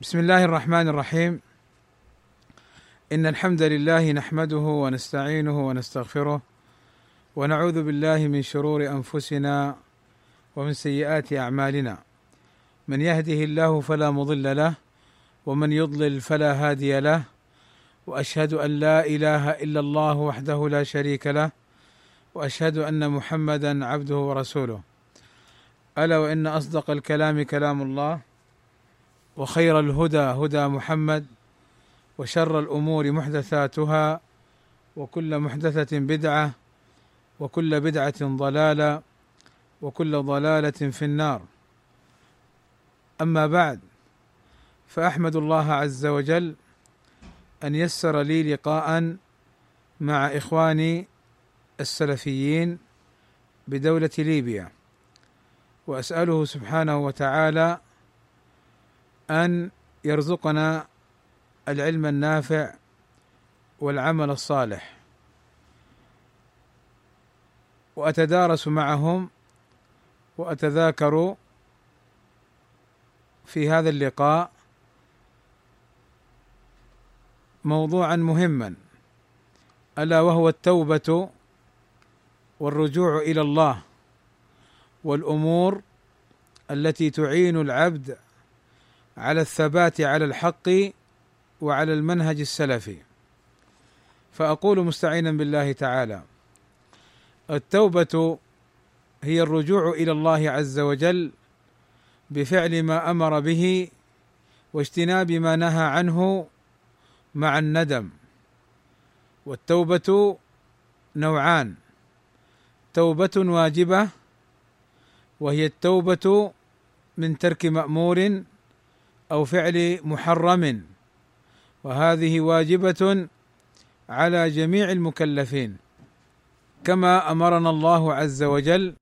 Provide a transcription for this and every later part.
بسم الله الرحمن الرحيم. إن الحمد لله نحمده ونستعينه ونستغفره ونعوذ بالله من شرور أنفسنا ومن سيئات أعمالنا، من يهده الله فلا مضل له ومن يضلل فلا هادي له، وأشهد أن لا إله إلا الله وحده لا شريك له، وأشهد أن محمدا عبده ورسوله. ألا وإن أصدق الكلام كلام الله، وخير الهدى هدى محمد، وشر الأمور محدثاتها، وكل محدثة بدعة، وكل بدعة ضلالة، وكل ضلالة في النار. أما بعد، فأحمد الله عز وجل أن يسر لي لقاء مع إخواني السلفيين بدولة ليبيا، وأسأله سبحانه وتعالى أن يرزقنا العلم النافع والعمل الصالح، وأتدارس معهم وأتذاكر في هذا اللقاء موضوعا مهما، ألا وهو التوبة والرجوع إلى الله، والأمور التي تعين العبد على الثبات على الحق وعلى المنهج السلفي. فأقول مستعينا بالله تعالى: التوبة هي الرجوع إلى الله عز وجل بفعل ما أمر به واجتناب ما نهى عنه مع الندم. والتوبة نوعان: توبة واجبة، وهي التوبة من ترك مأمور أو فعل محرم، وهذه واجبة على جميع المكلفين، كما أمرنا الله عز وجل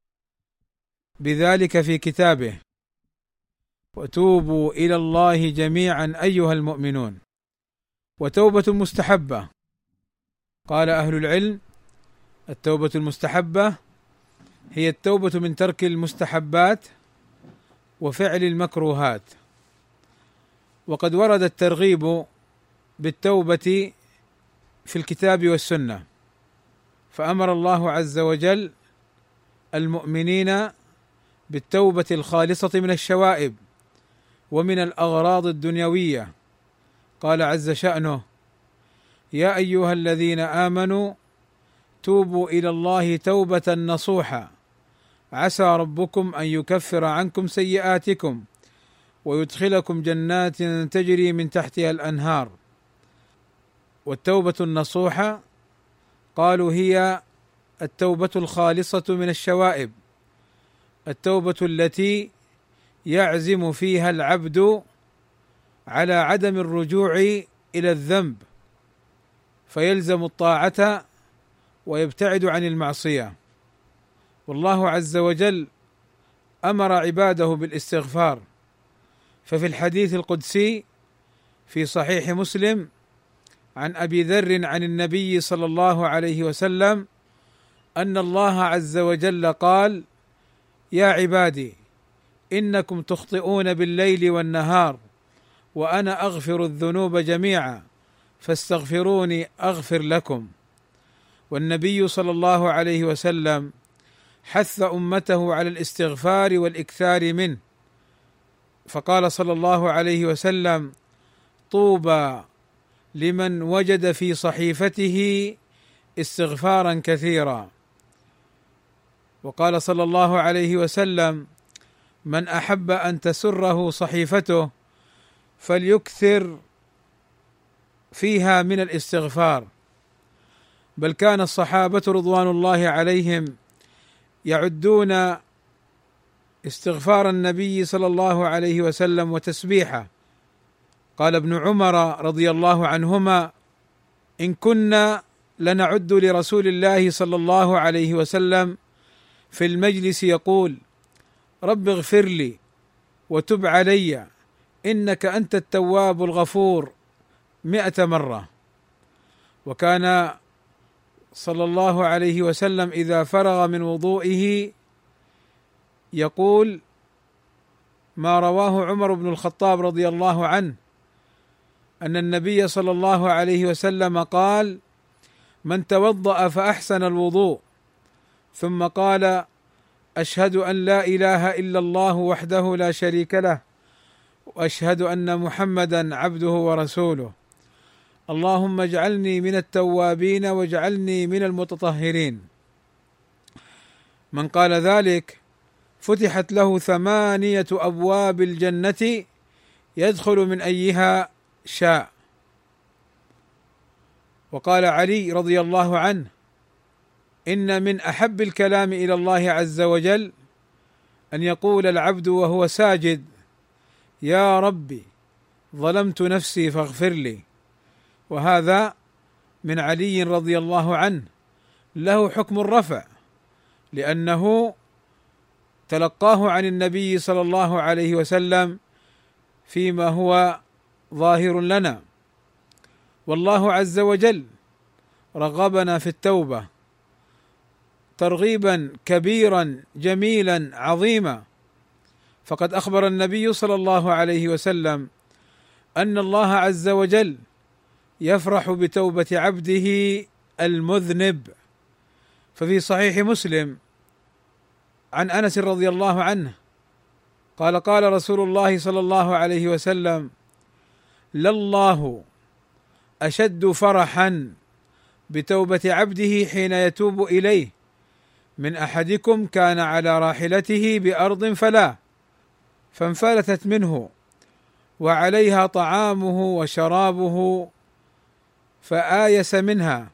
بذلك في كتابه: وتوبوا إلى الله جميعا أيها المؤمنون. وتوبة مستحبة، قال أهل العلم: التوبة المستحبة هي التوبة من ترك المستحبات وفعل المكروهات. وقد ورد الترغيب بالتوبة في الكتاب والسنة، فأمر الله عز وجل المؤمنين بالتوبة الخالصة من الشوائب ومن الأغراض الدنيوية. قال عز شأنه: يا أيها الذين آمنوا توبوا إلى الله توبة نصوحا عسى ربكم أن يكفر عنكم سيئاتكم ويدخلكم جنات تجري من تحتها الأنهار. والتوبة النصوحة قالوا هي التوبة الخالصة من الشوائب، التوبة التي يعزم فيها العبد على عدم الرجوع إلى الذنب، فيلزم الطاعة ويبتعد عن المعصية. والله عز وجل أمر عباده بالاستغفار، ففي الحديث القدسي في صحيح مسلم عن أبي ذر عن النبي صلى الله عليه وسلم أن الله عز وجل قال: يا عبادي إنكم تخطئون بالليل والنهار وأنا أغفر الذنوب جميعا فاستغفروني أغفر لكم. والنبي صلى الله عليه وسلم حث أمته على الاستغفار والإكثار منه، فقال صلى الله عليه وسلم: طوبى لمن وجد في صحيفته استغفارا كثيرا. وقال صلى الله عليه وسلم: من أحب أن تسره صحيفته فليكثر فيها من الاستغفار. بل كان الصحابة رضوان الله عليهم يعدون استغفار النبي صلى الله عليه وسلم وتسبيحه. قال ابن عمر رضي الله عنهما: إن كنا لنعد لرسول الله صلى الله عليه وسلم في المجلس يقول: رب اغفر لي وتب علي إنك أنت التواب الغفور 100 مرة. وكان صلى الله عليه وسلم إذا فرغ من وضوئه يقول: ما رواه عمر بن الخطاب رضي الله عنه أن النبي صلى الله عليه وسلم قال: من توضأ فأحسن الوضوء ثم قال: أشهد أن لا إله إلا الله وحده لا شريك له وأشهد أن محمدا عبده ورسوله، اللهم اجعلني من التوابين واجعلني من المتطهرين، من قال ذلك فتحت له 8 أبواب الجنة يدخل من أيها شاء. وقال علي رضي الله عنه: إن من أحب الكلام إلى الله عز وجل أن يقول العبد وهو ساجد: يا ربي ظلمت نفسي فاغفر لي. وهذا من علي رضي الله عنه له حكم الرفع، لأنه تلقاه عن النبي صلى الله عليه وسلم فيما هو ظاهر لنا. والله عز وجل رغبنا في التوبة ترغيبا كبيرا جميلا عظيما، فقد أخبر النبي صلى الله عليه وسلم أن الله عز وجل يفرح بتوبة عبده المذنب. ففي صحيح مسلم عن أنس رضي الله عنه قال: قال رسول الله صلى الله عليه وسلم: لله أشد فرحا بتوبة عبده حين يتوب إليه من أحدكم كان على راحلته بأرض فانفلتت منه وعليها طعامه وشرابه فآيس منها،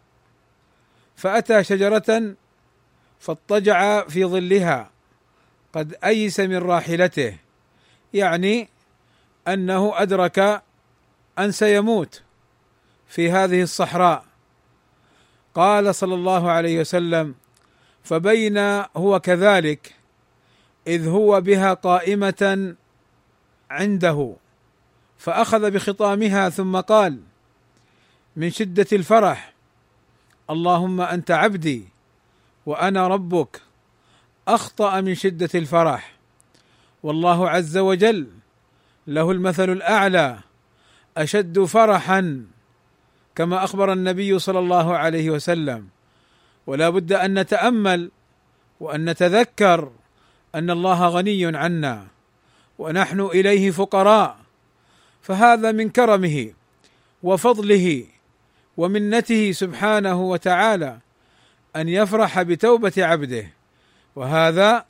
فأتى شجرة فاضطجع في ظلها قد أيس من راحلته، يعني أنه أدرك أن سيموت في هذه الصحراء. قال صلى الله عليه وسلم: فبين هو كذلك إذ هو بها قائمة عنده، فأخذ بخطامها ثم قال من شدة الفرح: اللهم أنت عبدي وأنا ربك، أخطأ من شدة الفرح، والله عز وجل له المثل الأعلى أشد فرحا، كما أخبر النبي صلى الله عليه وسلم. ولا بد أن نتأمل وأن نتذكر أن الله غني عنا ونحن إليه فقراء، فهذا من كرمه وفضله ومنته سبحانه وتعالى أن يفرح بتوبة عبده، وهذا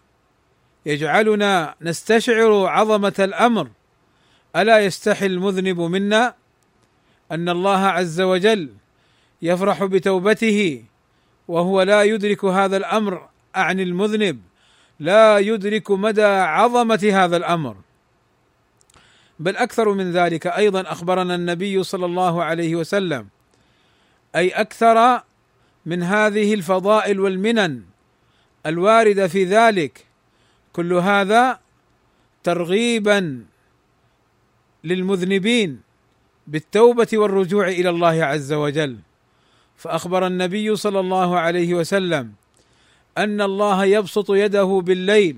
يجعلنا نستشعر عظمة الأمر. ألا يستحي المذنب منا أن الله عز وجل يفرح بتوبته وهو لا يدرك هذا الأمر؟ عن المذنب لا يدرك مدى عظمة هذا الأمر. بل أكثر من ذلك أيضا أخبرنا النبي صلى الله عليه وسلم، أي أكثر من هذه الفضائل والمنن الواردة في ذلك، كل هذا ترغيبا للمذنبين بالتوبة والرجوع إلى الله عز وجل. فأخبر النبي صلى الله عليه وسلم أن الله يبسط يده بالليل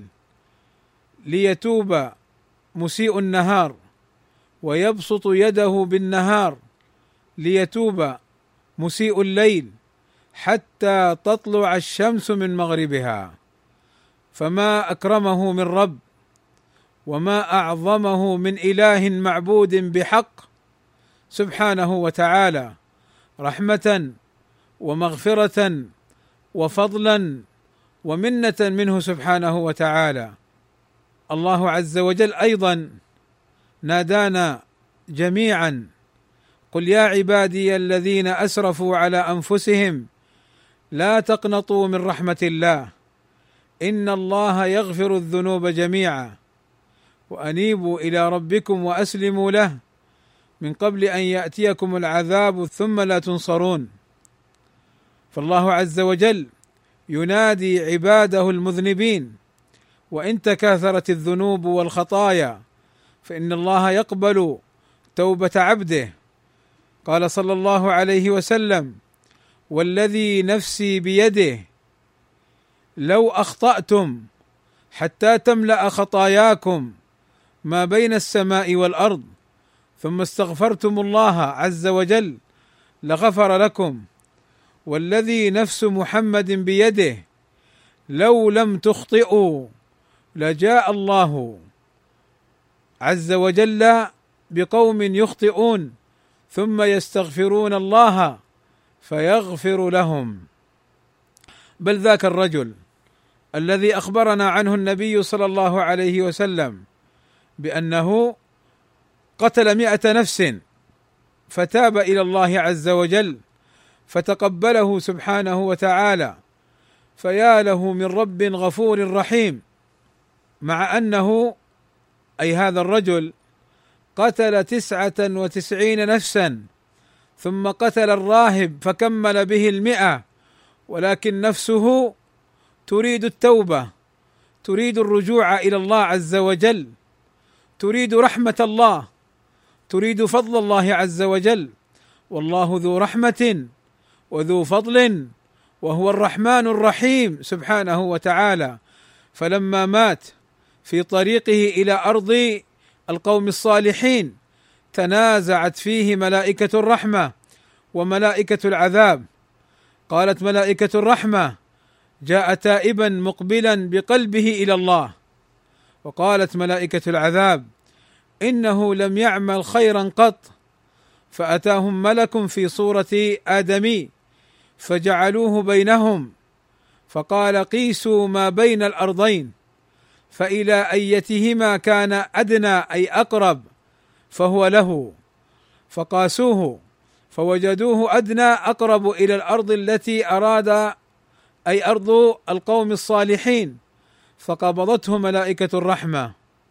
ليتوب مسيء النهار، ويبسط يده بالنهار ليتوب مسيء الليل، حتى تطلع الشمس من مغربها. فما أكرمه من رب وما أعظمه من إله معبود بحق سبحانه وتعالى، رحمة ومغفرة وفضلا ومنة منه سبحانه وتعالى. الله عز وجل أيضا نادانا جميعا: قل يا عبادي الذين أسرفوا على أنفسهم لا تقنطوا من رحمة الله إن الله يغفر الذنوب جميعا وأنيبوا إلى ربكم وأسلموا له من قبل أن يأتيكم العذاب ثم لا تنصرون. فالله عز وجل ينادي عباده المذنبين، وإن تكاثرت الذنوب والخطايا فإن الله يقبل توبة عبده. قال صلى الله عليه وسلم: والذي نفسي بيده لو أخطأتم حتى تملأ خطاياكم ما بين السماء والارض ثم استغفرتم الله عز وجل لغفر لكم، والذي نفس محمد بيده لو لم تخطئوا لجاء الله عز وجل بقوم يخطئون ثم يستغفرون الله فيغفر لهم. بل ذاك الرجل الذي اخبرنا عنه النبي صلى الله عليه وسلم بانه قتل 100 نفس فتاب الى الله عز وجل فتقبله سبحانه وتعالى، فيا له من رب غفور رحيم، مع انه اي هذا الرجل قتل 99 نفسا ثم قتل الراهب فكمل به 100، ولكن نفسه تريد التوبة، تريد الرجوع إلى الله عز وجل، تريد رحمة الله، تريد فضل الله عز وجل، والله ذو رحمة وذو فضل وهو الرحمن الرحيم سبحانه وتعالى. فلما مات في طريقه إلى أرض القوم الصالحين تنازعت فيه ملائكة الرحمة وملائكة العذاب. قالت ملائكة الرحمة: جاء تائبا مقبلا بقلبه إلى الله. وقالت ملائكة العذاب: إنه لم يعمل خيرا قط. فأتاهم ملك في صورة آدمي فجعلوه بينهم، فقال: قيسوا ما بين الأرضين فإلى أيتهما كان أدنى أي أقرب فهو له، فقاسوه فوجدوه أدنى أقرب إلى الأرض التي أراد أي أرض القوم الصالحين، فقبضته ملائكة الرحمة.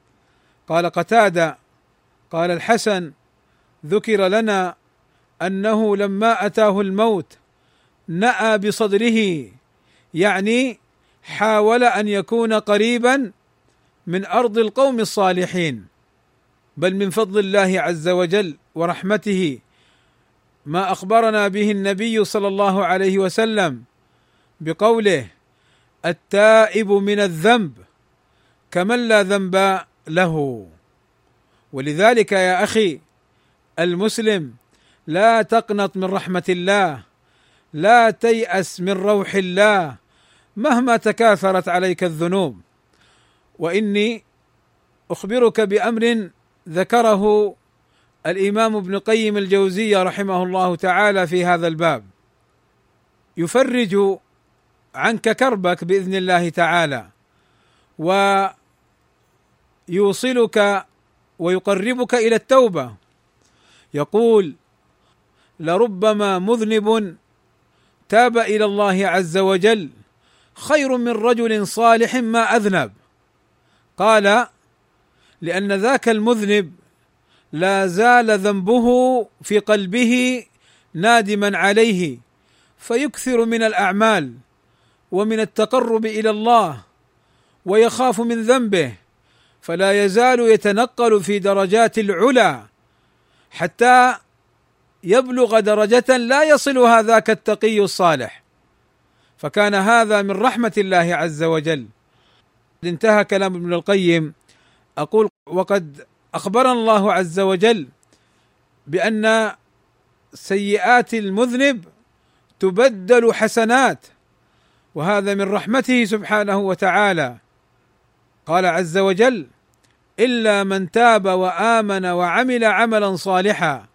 قال قتادة: قال الحسن: ذكر لنا أنه لما أتاه الموت نأى بصدره، يعني حاول أن يكون قريبا من أرض القوم الصالحين. بل من فضل الله عز وجل ورحمته ما أخبرنا به النبي صلى الله عليه وسلم بقوله: التائب من الذنب كمن لا ذنب له. ولذلك يا أخي المسلم لا تقنط من رحمة الله، لا تيأس من روح الله مهما تكاثرت عليك الذنوب. وإني أخبرك بأمر ذكره الإمام ابن قيم الجوزية رحمه الله تعالى في هذا الباب، يفرج عنك كربك بإذن الله تعالى، ويوصلك ويقربك إلى التوبة. يقول: لربما مذنب تاب إلى الله عز وجل خير من رجل صالح ما أذنب. قال: لأن ذاك المذنب لا زال ذنبه في قلبه نادما عليه، فيكثر من الأعمال ومن التقرب إلى الله ويخاف من ذنبه، فلا يزال يتنقل في درجات العلا حتى يبلغ درجة لا يصلها ذاك التقي الصالح. فكان هذا من رحمة الله عز وجل. انتهى كلام ابن القيم. أقول: وقد أخبرنا الله عز وجل بأن سيئات المذنب تبدل حسنات، وهذا من رحمته سبحانه وتعالى. قال عز وجل: إلا من تاب وآمن وعمل عملا صالحا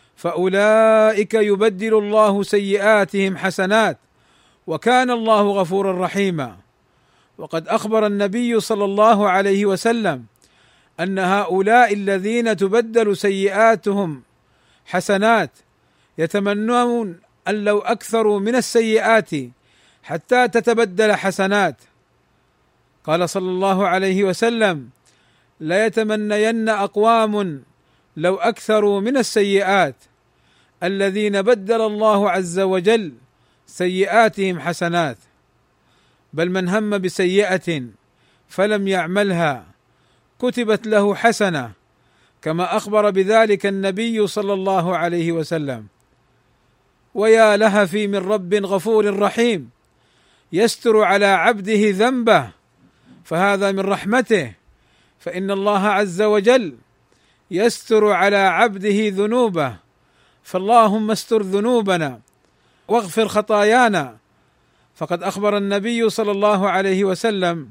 فأولئك يبدل الله سيئاتهم حسنات وكان الله غفورا رحيما. وقد أخبر النبي صلى الله عليه وسلم أن هؤلاء الذين تبدل سيئاتهم حسنات يتمنون أن لو أكثروا من السيئات حتى تتبدل حسنات. قال صلى الله عليه وسلم: لا يتمنين أقوام لو أكثروا من السيئات الذين بدل الله عز وجل سيئاتهم حسنات. بل من هم بسيئة فلم يعملها كتبت له حسنة، كما أخبر بذلك النبي صلى الله عليه وسلم. ويا لهفي من رب غفور رحيم يستر على عبده ذنبه، فهذا من رحمته فإن الله عز وجل يستر على عبده ذنوبه، فاللهم استر ذنوبنا واغفر خطايانا. فقد أخبر النبي صلى الله عليه وسلم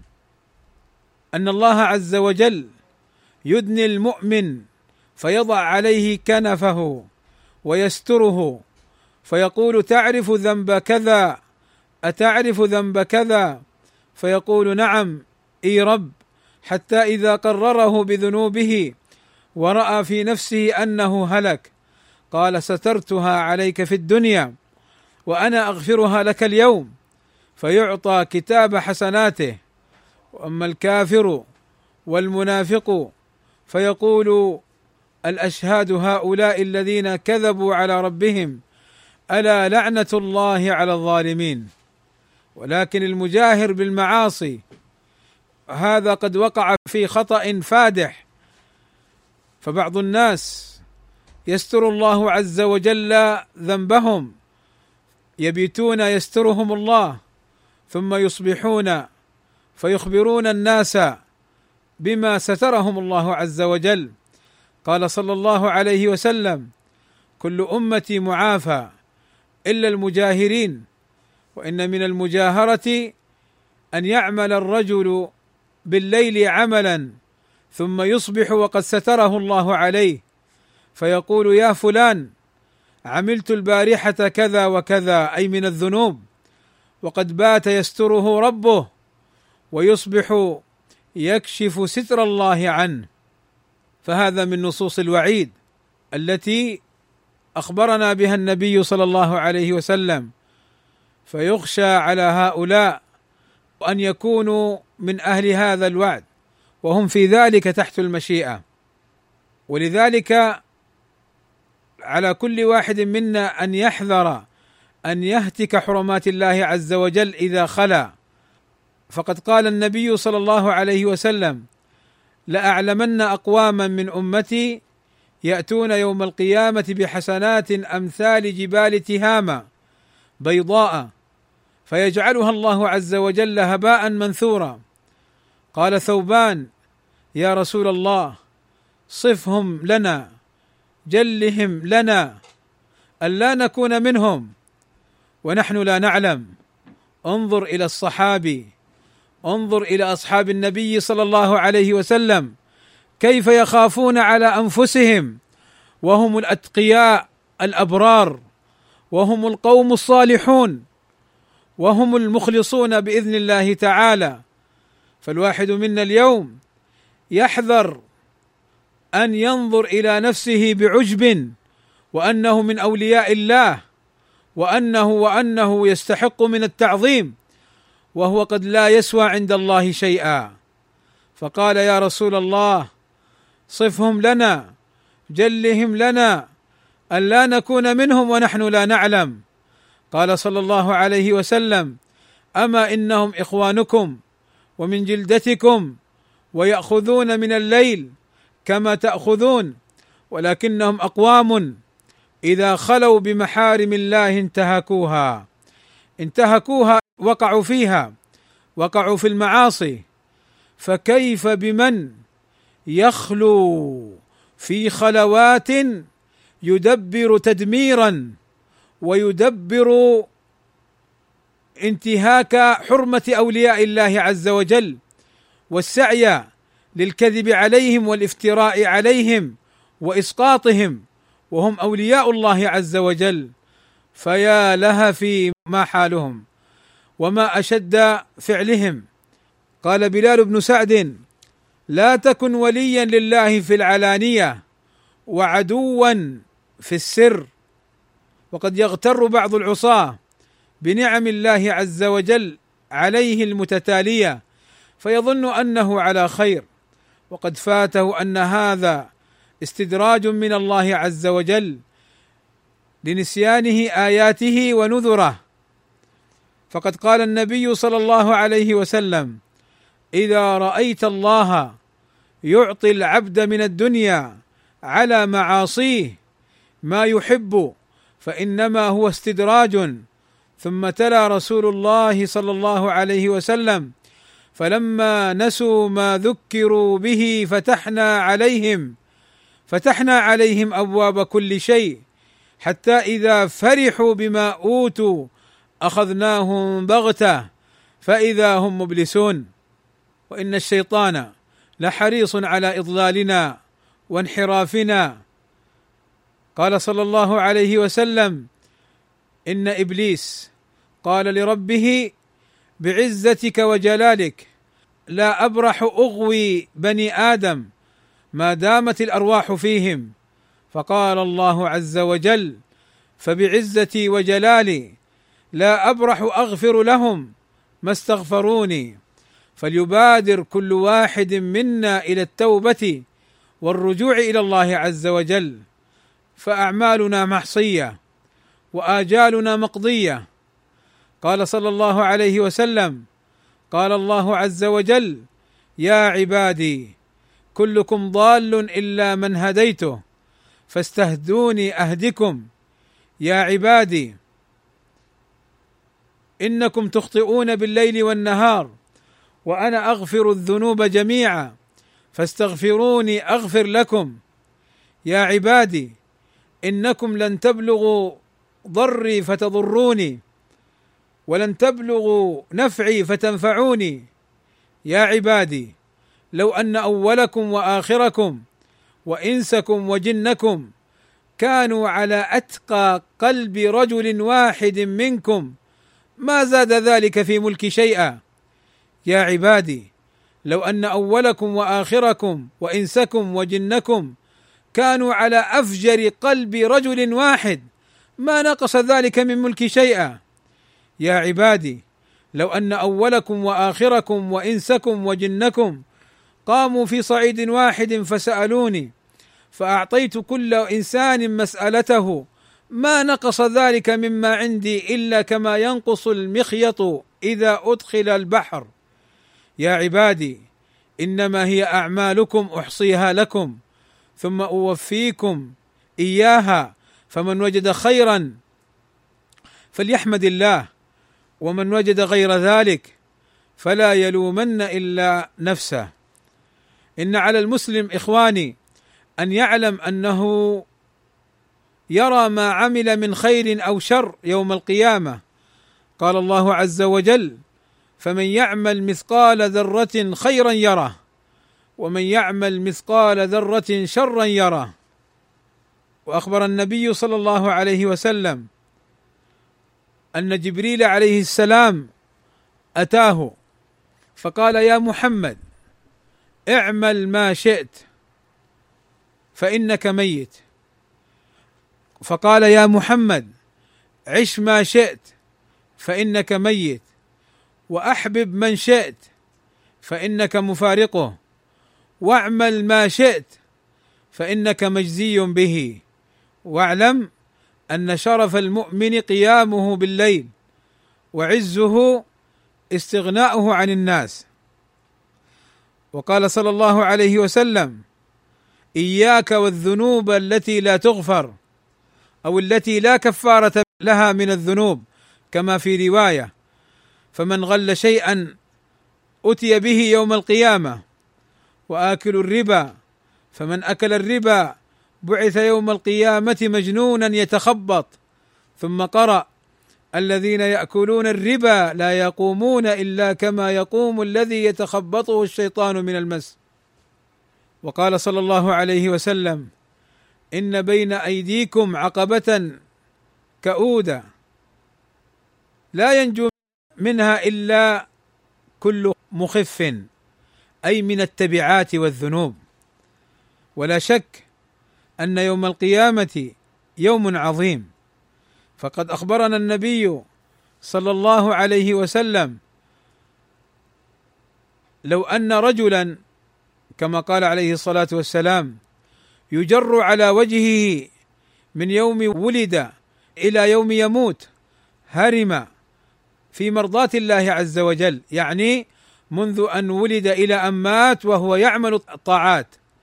أن الله عز وجل يدني المؤمن فيضع عليه كنفه ويستره، فيقول: تعرف ذنب كذا؟ أتعرف ذنب كذا؟ فيقول: نعم اي رب، حتى إذا قرره بذنوبه ورأى في نفسه أنه هلك قال: سترتها عليك في الدنيا وأنا أغفرها لك اليوم، فيعطى كتاب حسناته. وأما الكافر والمنافق فيقول الأشهاد هؤلاء الذين كذبوا على ربهم ألا لعنة الله على الظالمين. ولكن المجاهر بالمعاصي هذا قد وقع في خطأ فادح، فبعض الناس يستر الله عز وجل ذنبهم، يبيتون يسترهم الله ثم يصبحون فيخبرون الناس بما سترهم الله عز وجل. قال صلى الله عليه وسلم: كل أمتي معافى إلا المجاهرين. وإن من المجاهرة أن يعمل الرجل بالليل عملا ثم يصبح وقد ستره الله عليه، فيقول: يا فلان عملت البارحة كذا وكذا، أي من الذنوب، وقد بات يستره ربه، ويصبح يكشف ستر الله عنه. فهذا من نصوص الوعيد التي أخبرنا بها النبي صلى الله عليه وسلم، فيخشى على هؤلاء أن يكونوا من أهل هذا الوعد وهم في ذلك تحت المشيئة. ولذلك على كل واحد منا أن يحذر أن يهتك حرمات الله عز وجل إذا خلا، فقد قال النبي صلى الله عليه وسلم: لأعلمن أقواما من أمتي يأتون يوم القيامة بحسنات أمثال جبال تهامة بيضاء فيجعلها الله عز وجل هباء منثورا. قال ثوبان: يا رسول الله صفهم لنا، جلهم لنا ألا نكون منهم ونحن لا نعلم. انظر إلى الصحابي، انظر إلى أصحاب النبي صلى الله عليه وسلم كيف يخافون على أنفسهم، وهم الأتقياء الأبرار، وهم القوم الصالحون، وهم المخلصون بإذن الله تعالى. فالواحد منا اليوم يحذر أن ينظر إلى نفسه بعجب وأنه من أولياء الله وأنه يستحق من التعظيم، وهو قد لا يسوى عند الله شيئا. فقال: يا رسول الله صفهم لنا، جلهم لنا ألا نكون منهم ونحن لا نعلم. قال صلى الله عليه وسلم: أما إنهم إخوانكم ومن جلدتكم ويأخذون من الليل كما تأخذون، ولكنهم أقوام إذا خلوا بمحارم الله انتهكوها، وقعوا فيها، وقعوا في المعاصي. فكيف بمن يخلو في خلوات يدبر تدميرا ويدبر انتهاك حرمة أولياء الله عز وجل والسعي للكذب عليهم والافتراء عليهم وإسقاطهم وهم أولياء الله عز وجل. فيا لها في ما حالهم وما أشد فعلهم. قال بلال بن سعد: لا تكن وليا لله في العلانية وعدوا في السر. وقد يغتر بعض العصاة بنعم الله عز وجل عليه المتتالية فيظن أنه على خير، وقد فاته أن هذا استدراج من الله عز وجل لنسيانه آياته ونذره. فقد قال النبي صلى الله عليه وسلم: إذا رأيت الله يعطي العبد من الدنيا على معاصيه ما يحب فإنما هو استدراج. ثم تلا رسول الله صلى الله عليه وسلم: فلما نسوا ما ذكروا به فتحنا عليهم أبواب كل شيء حتى إذا فرحوا بما أوتوا أخذناهم بغتة فإذا هم مبلسون. وإن الشيطان لحريص على إضلالنا وانحرافنا. قال صلى الله عليه وسلم: إن إبليس قال لربه: بعزتك وجلالك لا أبرح أغوي بني آدم ما دامت الأرواح فيهم. فقال الله عز وجل: فبعزتي وجلالي لا أبرح أغفر لهم ما استغفروني. فليبادر كل واحد منا إلى التوبة والرجوع إلى الله عز وجل، فأعمالنا محصية وآجالنا مقضية. قال صلى الله عليه وسلم: قال الله عز وجل: يا عبادي كلكم ضال إلا من هديته فاستهدوني أهدكم. يا عبادي إنكم تخطئون بالليل والنهار وأنا أغفر الذنوب جميعا فاستغفروني أغفر لكم. يا عبادي إنكم لن تبلغوا ضري فتضروني ولن تبلغوا نفعي فتنفعوني. يا عبادي لو أن أولكم وآخركم وإنسكم وجنكم كانوا على أتقى قلب رجل واحد منكم ما زاد ذلك في ملكي شيئا. يا عبادي لو أن أولكم وآخركم وإنسكم وجنكم كانوا على أفجر قلب رجل واحد ما نقص ذلك من ملكي شيئا. يا عبادي لو أن أولكم وآخركم وإنسكم وجنكم قاموا في صعيد واحد فسألوني فأعطيت كل إنسان مسألته ما نقص ذلك مما عندي إلا كما ينقص المخيط إذا أدخل البحر. يا عبادي إنما هي أعمالكم أحصيها لكم ثم أوفيكم إياها، فمن وجد خيرا فليحمد الله ومن وجد غير ذلك فلا يلومن إلا نفسه. إن على المسلم إخواني أن يعلم أنه يرى ما عمل من خير أو شر يوم القيامة. قال الله عز وجل: فمن يعمل مثقال ذرة خيرا يره ومن يعمل مثقال ذرة شرا يره. وأخبر النبي صلى الله عليه وسلم أن جبريل عليه السلام أتاه فقال: يا محمد اعمل ما شئت فإنك ميت. فقال: يا محمد عش ما شئت فإنك ميت، وأحبب من شئت فإنك مفارقه، واعمل ما شئت فإنك مجزي به، واعلم أن شرف المؤمن قيامه بالليل وعزه استغناؤه عن الناس. وقال صلى الله عليه وسلم: إياك والذنوب التي لا تغفر أو التي لا كفارة لها من الذنوب، كما في رواية: فمن غل شيئا أتي به يوم القيامة. وآكل الربا فمن أكل الربا بعث يوم القيامة مجنونا يتخبط. ثم قرأ: الذين يأكلون الربا لا يقومون إلا كما يقوم الذي يتخبطه الشيطان من المس. وقال صلى الله عليه وسلم: إن بين أيديكم عقبة كؤودة لا ينجو منها إلا كل مخف، أي من التبعات والذنوب. ولا شك أن يوم القيامة يوم عظيم، فقد أخبرنا النبي صلى الله عليه وسلم: لو أن رجلا كما قال عليه الصلاة والسلام يجر على وجهه من يوم ولد إلى يوم يموت هرم في مرضاة الله عز وجل، يعني منذ أن ولد إلى أن مات وهو يعمل الطاعات،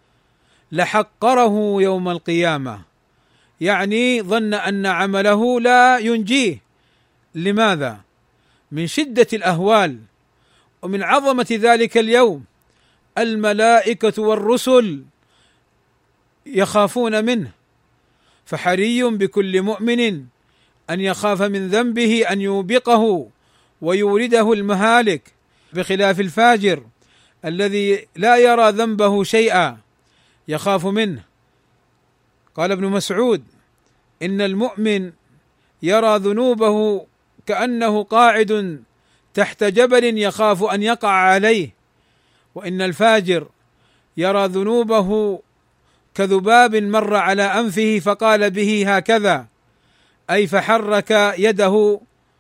لحقره يوم القيامة، يعني ظن أن عمله لا ينجيه. لماذا؟ من شدة الأهوال ومن عظمة ذلك اليوم الملائكة والرسل يخافون منه، فحري بكل مؤمن أن يخاف من ذنبه أن يوبقه ويورده المهالك، بخلاف الفاجر الذي لا يرى ذنبه شيئا يخاف منه. قال ابن مسعود: إن المؤمن يرى ذنوبه كأنه قاعد تحت جبل يخاف أن يقع عليه، وإن الفاجر يرى ذنوبه كذباب مر على أنفه فقال به هكذا، أي فحرك يده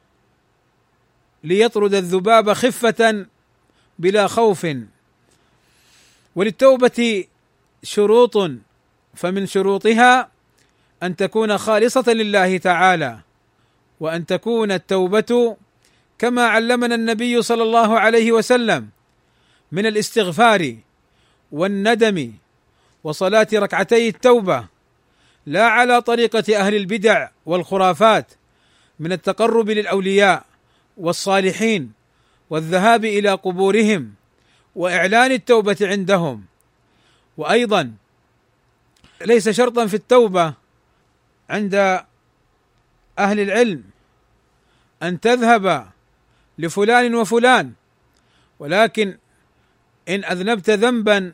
ليطرد الذباب خفة بلا خوف. وللتوبة شروط، فمن شروطها أن تكون خالصة لله تعالى، وأن تكون التوبة كما علمنا النبي صلى الله عليه وسلم من الاستغفار والندم وصلاة ركعتي التوبة، لا على طريقة أهل البدع والخرافات من التقرب للأولياء والصالحين والذهاب إلى قبورهم وإعلان التوبة عندهم. وأيضا ليس شرطا في التوبة عند أهل العلم أن تذهب لفلان وفلان، ولكن إن أذنبت ذنبا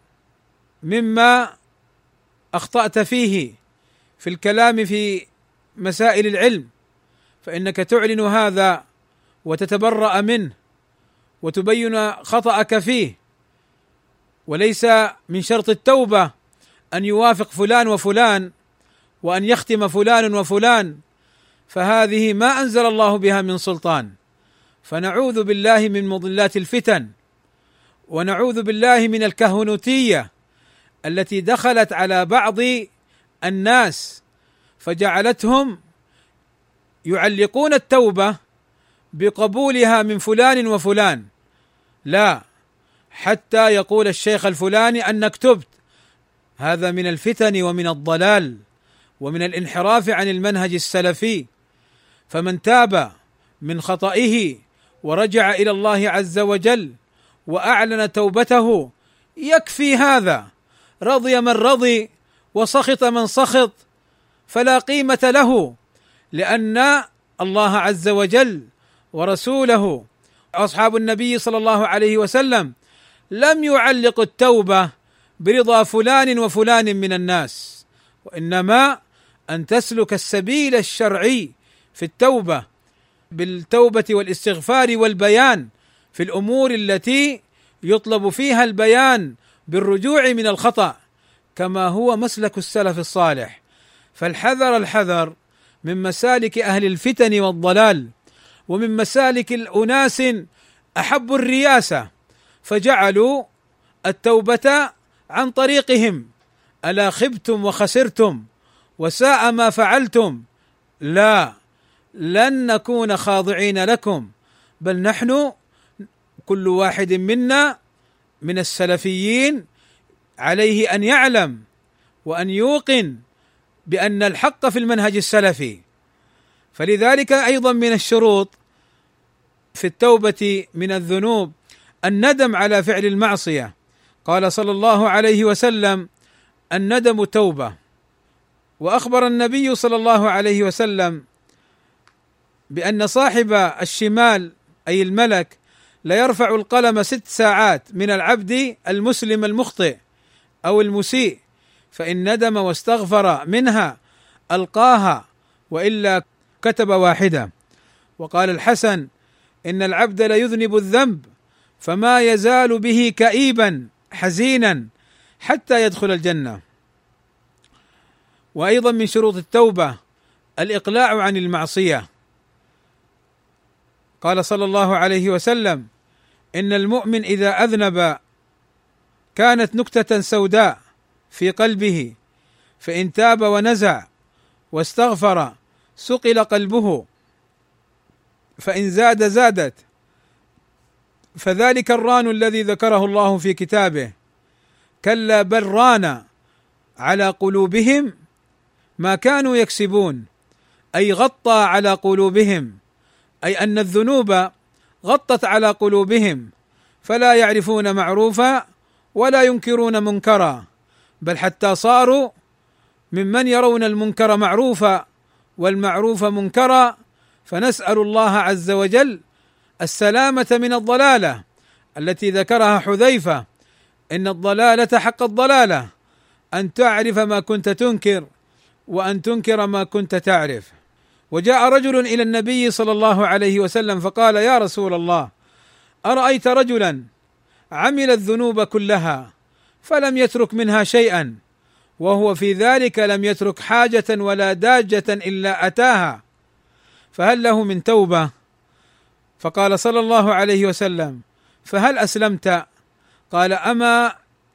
مما أخطأت فيه في الكلام في مسائل العلم فإنك تعلن هذا وتتبرأ منه وتبين خطأك فيه. وليس من شرط التوبة أن يوافق فلان وفلان وأن يختم فلان وفلان، فهذه ما أنزل الله بها من سلطان، فنعوذ بالله من مضلات الفتن، ونعوذ بالله من الكهنوتية التي دخلت على بعض الناس فجعلتهم يعلقون التوبة بقبولها من فلان وفلان، لا، حتى يقول الشيخ الفلاني أنك تبت. هذا من الفتن ومن الضلال ومن الانحراف عن المنهج السلفي. فمن تاب من خطئه ورجع إلى الله عز وجل وأعلن توبته يكفي هذا، رضي من رضي وسخط من سخط، فلا قيمة له، لأن الله عز وجل ورسوله أصحاب النبي صلى الله عليه وسلم لم يعلقوا التوبة برضا فلان وفلان من الناس، وإنما أن تسلك السبيل الشرعي في التوبة بالتوبة والاستغفار والبيان في الأمور التي يطلب فيها البيان بالرجوع من الخطأ، كما هو مسلك السلف الصالح. فالحذر الحذر من مسالك أهل الفتن والضلال، ومن مسالك الأناس أحبوا الرياسة فجعلوا التوبة عن طريقهم، ألا خبتم وخسرتم وساء ما فعلتم. لا، لن نكون خاضعين لكم، بل نحن كل واحد منا من السلفيين عليه أن يعلم وأن يوقن بأن الحق في المنهج السلفي. فلذلك أيضا من الشروط في التوبة من الذنوب الندم على فعل المعصية. قال صلى الله عليه وسلم: الندم توبة. وأخبر النبي صلى الله عليه وسلم بأن صاحب الشمال أي الملك لا يرفع القلم 6 ساعات من العبد المسلم المخطئ أو المسيء، فإن ندم واستغفر منها ألقاها، وإلا كتب واحدة. وقال الحسن: إن العبد ليذنب الذنب فما يزال به كئيبا حزينا حتى يدخل الجنة. وأيضا من شروط التوبة الإقلاع عن المعصية. قال صلى الله عليه وسلم: إن المؤمن إذا أذنب كانت نكتة سوداء في قلبه، فإن تاب ونزع واستغفر سقل قلبه، فإن زاد زادت. فذلك الران الذي ذكره الله في كتابه: كلا بل ران على قلوبهم ما كانوا يكسبون، أي غطى على قلوبهم، أي أن الذنوب غطت على قلوبهم فلا يعرفون معروفا ولا ينكرون منكرا، بل حتى صاروا ممن يرون المنكر معروفا والمعروف منكرا. فنسأل الله عز وجل السلامة من الضلالة التي ذكرها حذيفة: إن الضلالة حق الضلالة أن تعرف ما كنت تنكر وأن تنكر ما كنت تعرف. وجاء رجل إلى النبي صلى الله عليه وسلم فقال: يا رسول الله، أرأيت رجلا عمل الذنوب كلها فلم يترك منها شيئا، وهو في ذلك لم يترك حاجة ولا داجة إلا أتاها، فهل له من توبة؟ فقال صلى الله عليه وسلم: فهل أسلمت؟ قال: أما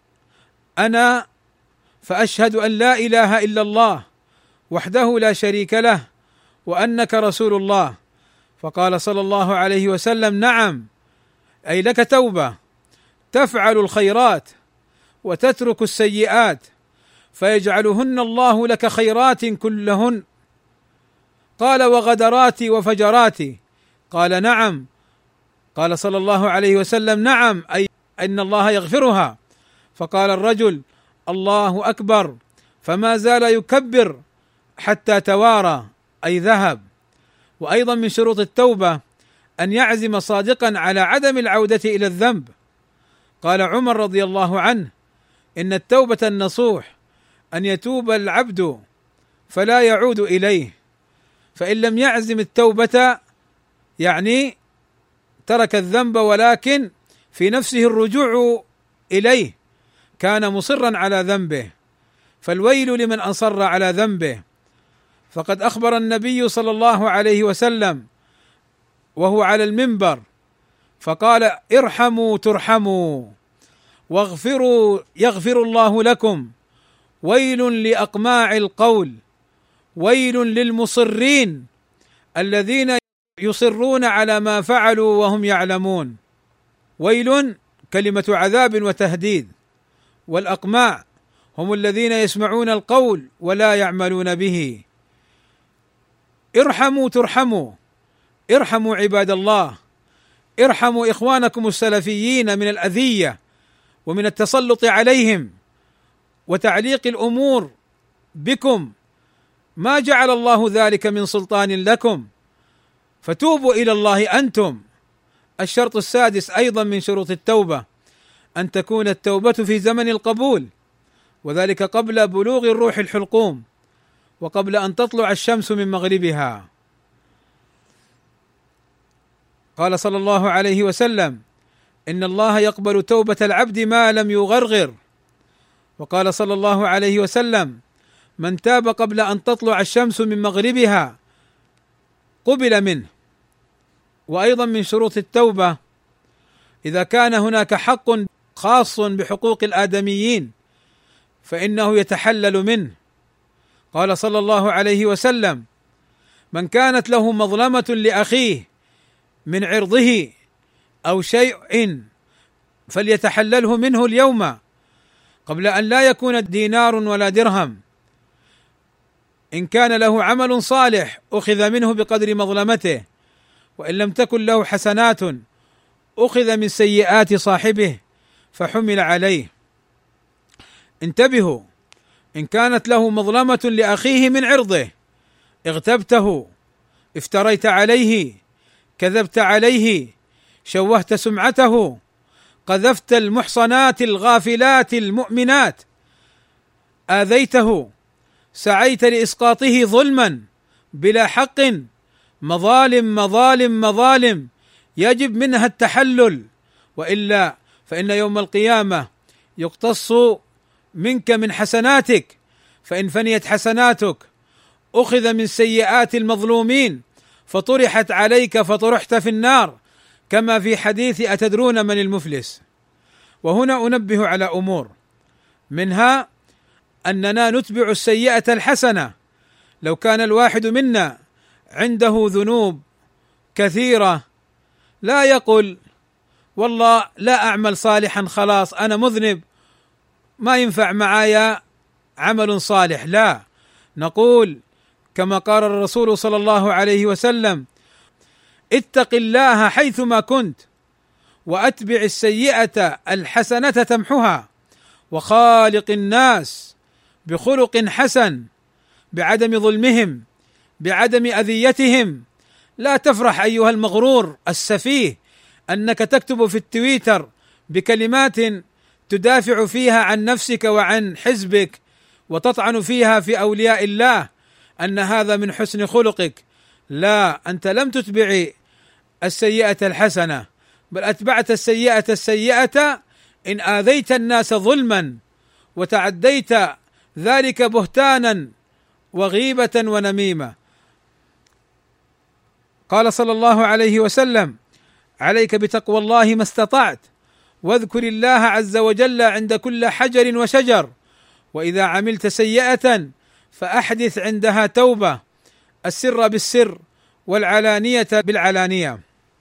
أنا فأشهد أن لا إله إلا الله وحده لا شريك له وأنك رسول الله. فقال صلى الله عليه وسلم: نعم، أي لك توبة تفعل الخيرات وتترك السيئات فيجعلهن الله لك خيرات كلهن. قال: وغدراتي وفجراتي؟ قال: نعم. قال صلى الله عليه وسلم: نعم، أي أن الله يغفرها. فقال الرجل: الله أكبر، فما زال يكبر حتى توارى، أي ذهب. وأيضا من شروط التوبة أن يعزم صادقا على عدم العودة إلى الذنب. قال عمر رضي الله عنه: إن التوبة النصوح أن يتوب العبد فلا يعود إليه، فإن لم يعزم التوبة يعني ترك الذنب ولكن في نفسه الرجوع إليه، كان مصرا على ذنبه، فالويل لمن أصر على ذنبه. فقد أخبر النبي صلى الله عليه وسلم وهو على المنبر فقال: ارحموا ترحموا، واغفروا يغفر الله لكم، ويل لأقماع القول، ويل للمصرين الذين يصرون على ما فعلوا وهم يعلمون. ويل كلمة عذاب وتهديد، والأقماع هم الذين يسمعون القول ولا يعملون به. ارحموا ترحموا، ارحموا عباد الله، ارحموا إخوانكم السلفيين من الأذية ومن التسلط عليهم وتعليق الأمور بكم، ما جعل الله ذلك من سلطان لكم، فتوبوا إلى الله أنتم. الشرط السادس أيضا من شروط التوبة أن تكون التوبة في زمن القبول، وذلك قبل بلوغ الروح الحلقوم وقبل أن تطلع الشمس من مغربها. قال صلى الله عليه وسلم: إن الله يقبل توبة العبد ما لم يغرغر. وقال صلى الله عليه وسلم: من تاب قبل أن تطلع الشمس من مغربها قبل منه. وأيضا من شروط التوبة إذا كان هناك حق خاص بحقوق الآدميين فإنه يتحلل منه. قال صلى الله عليه وسلم: من كانت له مظلمة لأخيه من عرضه أو شيء فليتحلله منه اليوم قبل أن لا يكون دينار ولا درهم. إن كان له عمل صالح أخذ منه بقدر مظلمته، وإن لم تكن له حسنات أخذ من سيئات صاحبه فحمل عليه. انتبهوا، إن كانت له مظلمة لأخيه من عرضه، اغتبته، افتريت عليه، كذبت عليه، شوهت سمعته، قذفت المحصنات الغافلات المؤمنات، آذيته، سعيت لإسقاطه ظلما بلا حق، مظالم مظالم مظالم يجب منها التحلل، وإلا فإن يوم القيامة يقتص منك من حسناتك، فإن فنيت حسناتك أخذ من سيئات المظلومين فطرحت عليك فطرحت في النار، كما في حديث أتدرون من المفلس. وهنا أنبه على أمور، منها أننا نتبع السيئة الحسنة. لو كان الواحد منا عنده ذنوب كثيرة لا يقل والله لا أعمل صالحا خلاص أنا مذنب ما ينفع معايا عمل صالح، لا، نقول كما قال الرسول صلى الله عليه وسلم: اتق الله حيثما كنت واتبع السيئة الحسنة تمحها، وخالق الناس بخلق حسن، بعدم ظلمهم، بعدم اذيتهم. لا تفرح ايها المغرور السفيه انك تكتب في التويتر بكلمات تدافع فيها عن نفسك وعن حزبك وتطعن فيها في اولياء الله ان هذا من حسن خلقك. لا، انت لم تتبع السيئة الحسنة، بل اتبعت السيئة السيئة ان اذيت الناس ظلما وتعديت ذلك بهتانا وغيبة ونميمة. قال صلى الله عليه وسلم: عليك بتقوى الله ما استطعت، واذكر الله عز وجل عند كل حجر وشجر، واذا عملت سيئة فاحدث عندها توبة، السر بالسر والعلانية بالعلانية.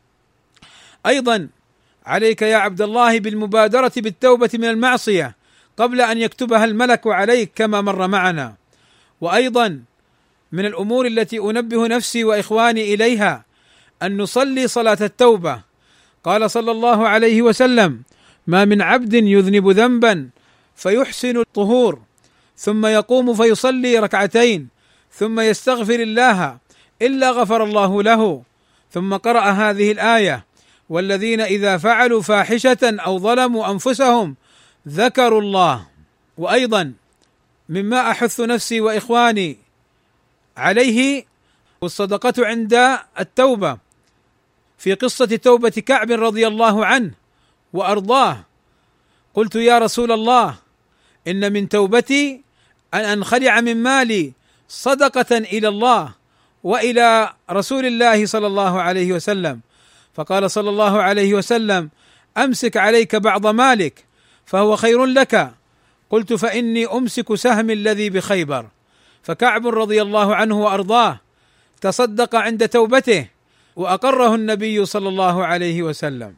ايضا عليك يا عبد الله بالمبادرة بالتوبة من المعصية قبل ان يكتبها الملك عليك كما مر معنا. وايضا من الامور التي انبه نفسي واخواني اليها ان نصلي صلاة التوبة. قال صلى الله عليه وسلم: ما من عبد يذنب ذنبا فيحسن الطهور ثم يقوم فيصلي ركعتين ثم يستغفر الله الا غفر الله له. ثم قرأ هذه الآية: والذين اذا فعلوا فاحشة او ظلموا انفسهم ذكروا الله. وايضا مما احث نفسي واخواني عليه الصدقة عند التوبة، في قصة توبة كعب رضي الله عنه وارضاه: قلت يا رسول الله ان من توبتي ان انخلع من مالي صدقة الى الله والى رسول الله صلى الله عليه وسلم. فقال صلى الله عليه وسلم: امسك عليك بعض مالك فهو خير لك. قلت: فاني امسك سهم الذي بخيبر. فكعب رضي الله عنه وارضاه تصدق عند توبته واقره النبي صلى الله عليه وسلم.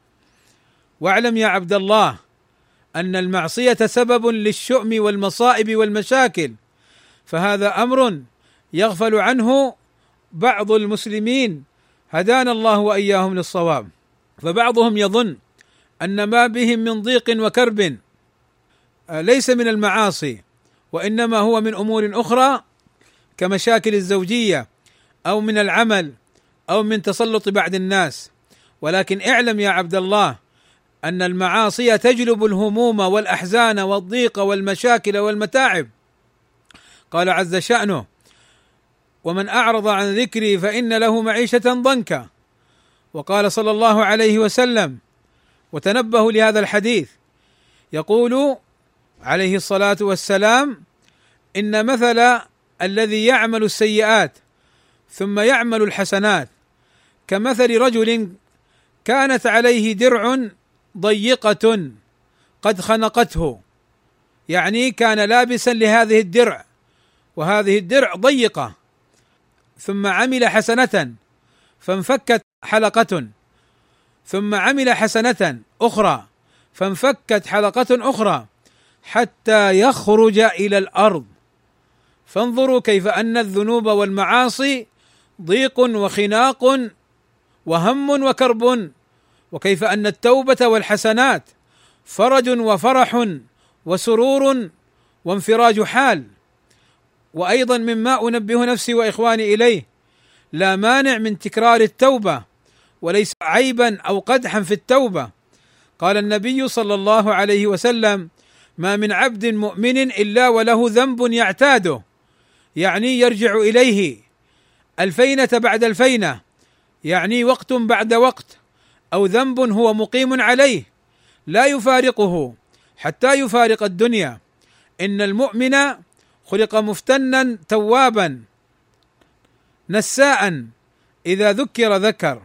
واعلم يا عبد الله ان المعصية سبب للشؤم والمصائب والمشاكل، فهذا امر يغفل عنه بعض المسلمين هدانا الله واياهم للصواب. فبعضهم يظن ان ما بهم من ضيق وكرب ليس من المعاصي، وانما هو من امور اخرى كمشاكل الزوجية او من العمل او من تسلط بعض الناس. ولكن اعلم يا عبد الله ان المعاصي تجلب الهموم والاحزان والضيق والمشاكل والمتاعب. قال عز شأنه: ومن اعرض عن ذكري فان له معيشة ضنكا. وقال صلى الله عليه وسلم، وتنبهوا لهذا الحديث، يقول عليه الصلاة والسلام: ان مثل الذي يعمل السيئات ثم يعمل الحسنات كمثل رجل كانت عليه درع ضيقة قد خنقته، يعني كان لابسا لهذه الدرع وهذه الدرع ضيقة، ثم عمل حسنة فانفكت حلقة، ثم عمل حسنة أخرى فانفكت حلقة أخرى حتى يخرج إلى الأرض. فانظروا كيف أن الذنوب والمعاصي ضيق وخناق وهم وكرب، وكيف أن التوبة والحسنات فرج وفرح وسرور وانفراج حال. وأيضا مما أنبه نفسي وإخواني إليه: لا مانع من تكرار التوبة، وليس عيبا أو قدحا في التوبة. قال النبي صلى الله عليه وسلم: ما من عبد مؤمن إلا وله ذنب يعتاده، يعني يرجع إليه الفينة بعد الفينة، يعني وقت بعد وقت، أو ذنب هو مقيم عليه لا يفارقه حتى يفارق الدنيا. إن المؤمن خلق مفتنا توابا نساء إذا ذكر ذكر.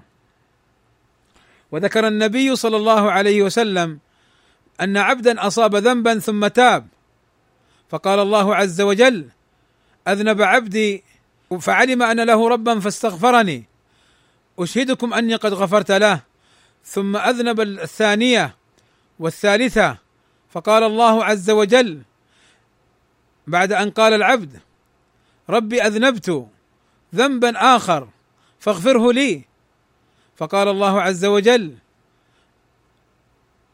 وذكر النبي صلى الله عليه وسلم أن عبدا أصاب ذنبا ثم تاب، فقال الله عز وجل: أذنب عبدي فعلم أن له ربا فاستغفرني، أشهدكم أني قد غفرت له. ثم أذنب الثانية والثالثة، فقال الله عز وجل بعد أن قال العبد: ربي أذنبت ذنبا آخر فاغفره لي، فقال الله عز وجل: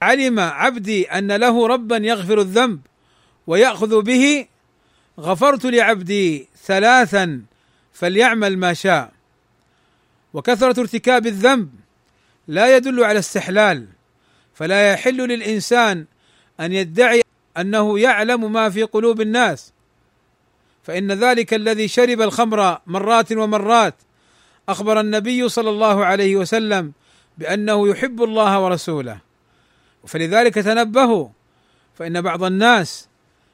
علم عبدي أن له ربا يغفر الذنب ويأخذ به، غفرت لعبدي 3 فليعمل ما شاء. وكثرة ارتكاب الذنب لا يدل على استحلال، فلا يحل للإنسان أن يدعي أنه يعلم ما في قلوب الناس، فإن ذلك الذي شرب الخمر مرات ومرات أخبر النبي صلى الله عليه وسلم بأنه يحب الله ورسوله. فلذلك تنبهوا، فإن بعض الناس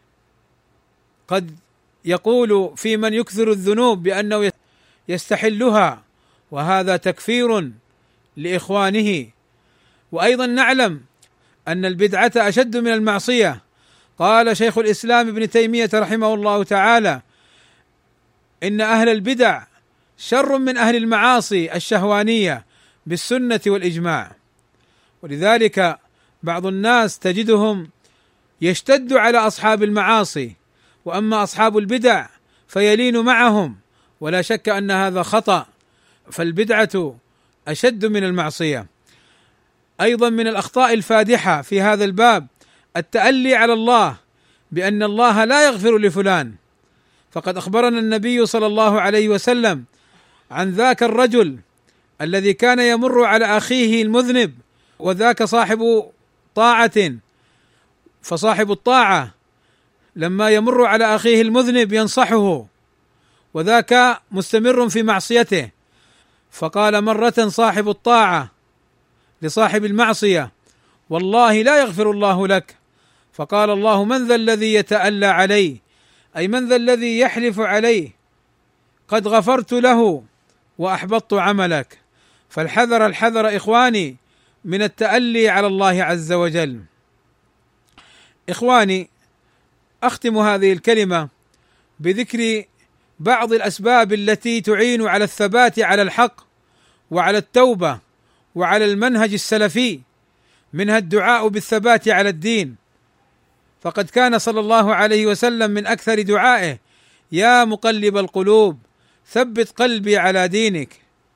قد يقول في من يكثر الذنوب بأنه يستحلها، وهذا تكفير لإخوانه. وأيضا نعلم أن البدعة أشد من المعصية. قال شيخ الإسلام ابن تيمية رحمه الله تعالى: إن أهل البدع شر من أهل المعاصي الشهوانية بالسنة والإجماع. ولذلك بعض الناس تجدهم يشتد على أصحاب المعاصي، وأما أصحاب البدع فيلين معهم، ولا شك أن هذا خطأ، فالبدعة أشد من المعصية. أيضا من الأخطاء الفادحة في هذا الباب التألي على الله بأن الله لا يغفر لفلان، فقد أخبرنا النبي صلى الله عليه وسلم عن ذاك الرجل الذي كان يمر على أخيه المذنب، وذاك صاحب طاعة، فصاحب الطاعة لما يمر على أخيه المذنب ينصحه، وذاك مستمر في معصيته، فقال مرة صاحب الطاعة لصاحب المعصية: والله لا يغفر الله لك. فقال الله: من ذا الذي يتألى عليه؟ أي من ذا الذي يحلف عليه؟ قد غفرت له وأحبطت عملك. فالحذر الحذر إخواني من التألي على الله عز وجل. إخواني، أختم هذه الكلمة بذكر بعض الأسباب التي تعين على الثبات على الحق وعلى التوبة وعلى المنهج السلفي، منها الدعاء بالثبات على الدين. فقد كان صلى الله عليه وسلم من أكثر دعائه: يا مقلب القلوب ثبت قلبي على دينك.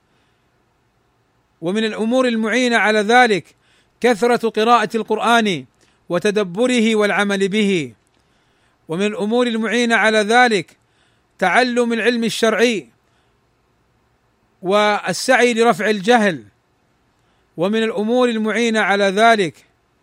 ومن الأمور المعينة على ذلك كثرة قراءة القرآن وتدبره والعمل به. ومن الأمور المعينة على ذلك تعلم العلم الشرعي والسعي لرفع الجهل. ومن الأمور المعينة على ذلك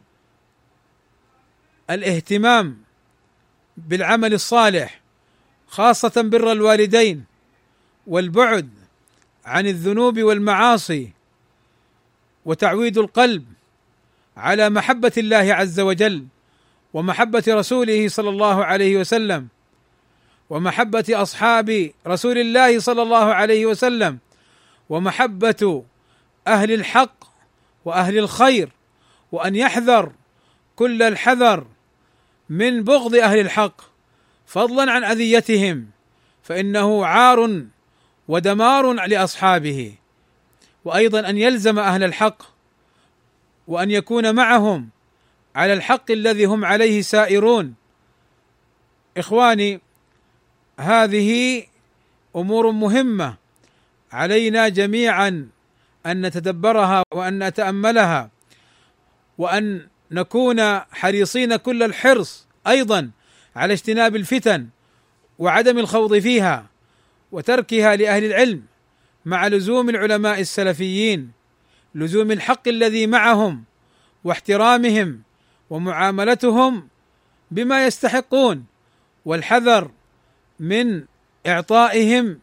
الاهتمام بالعمل الصالح، خاصة بر الوالدين، والبعد عن الذنوب والمعاصي، وتعويد القلب على محبة الله عز وجل ومحبة رسوله صلى الله عليه وسلم ومحبة أصحاب رسول الله صلى الله عليه وسلم ومحبة أهل الحق وأهل الخير، وأن يحذر كل الحذر من بغض أهل الحق فضلا عن أذيتهم، فإنه عار ودمار لأصحابه. وأيضا أن يلزم أهل الحق وأن يكون معهم على الحق الذي هم عليه سائرون. إخواني، هذه أمور مهمة علينا جميعا أن نتدبرها وأن نتأملها، وأن نكون حريصين كل الحرص أيضا على اجتناب الفتن وعدم الخوض فيها وتركها لأهل العلم، مع لزوم العلماء السلفيين، لزوم الحق الذي معهم واحترامهم ومعاملتهم بما يستحقون، والحذر من إعطائهم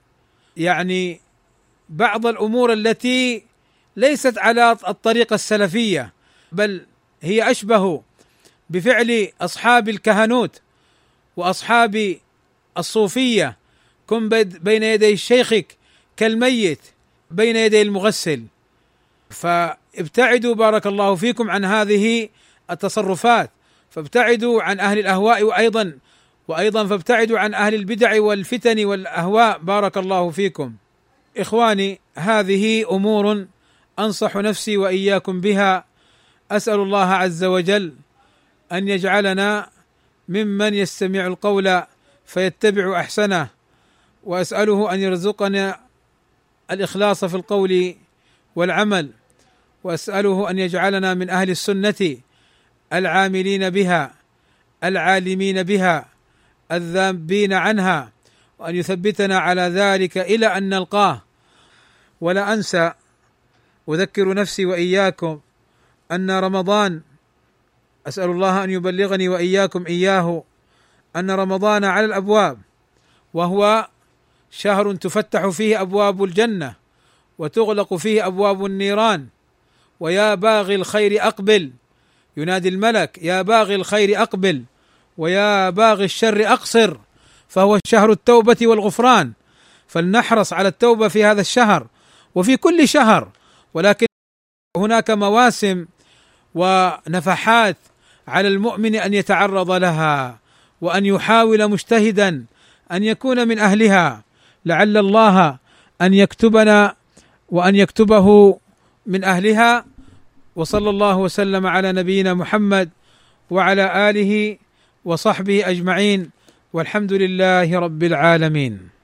بعض الأمور التي ليست على الطريقة السلفية، بل هي أشبه بفعل أصحاب الكهنوت وأصحاب الصوفية: كن بين يدي شيخك كالميت بين يدي المغسل. فابتعدوا بارك الله فيكم عن هذه التصرفات، فابتعدوا عن أهل الأهواء، وأيضا فابتعدوا عن أهل البدع والفتن والأهواء بارك الله فيكم. إخواني، هذه أمور أنصح نفسي وإياكم بها. أسأل الله عز وجل أن يجعلنا ممن يستمع القول فيتبع أحسنه، وأسأله أن يرزقنا الإخلاص في القول والعمل، وأسأله أن يجعلنا من أهل السنة العاملين بها العالمين بها الذابين عنها، وأن يثبتنا على ذلك إلى أن نلقاه. ولا أنسى أذكر نفسي وإياكم أن رمضان، أسأل الله أن يبلغني وإياكم إياه، أن رمضان على الأبواب، وهو شهر تفتح فيه أبواب الجنة وتغلق فيه أبواب النيران. ويا باغي الخير أقبل، ينادي الملك يا باغي الخير أقبل، ويا باغي الشر أقصر، فهو شهر التوبة والغفران. فلنحرص على التوبة في هذا الشهر وفي كل شهر، ولكن هناك مواسم ونفحات على المؤمن أن يتعرض لها، وأن يحاول مجتهدا أن يكون من أهلها، لعل الله أن يكتبنا وأن يكتبه من أهلها. وصلى الله وسلم على نبينا محمد وعلى آله وصحبه أجمعين، والحمد لله رب العالمين.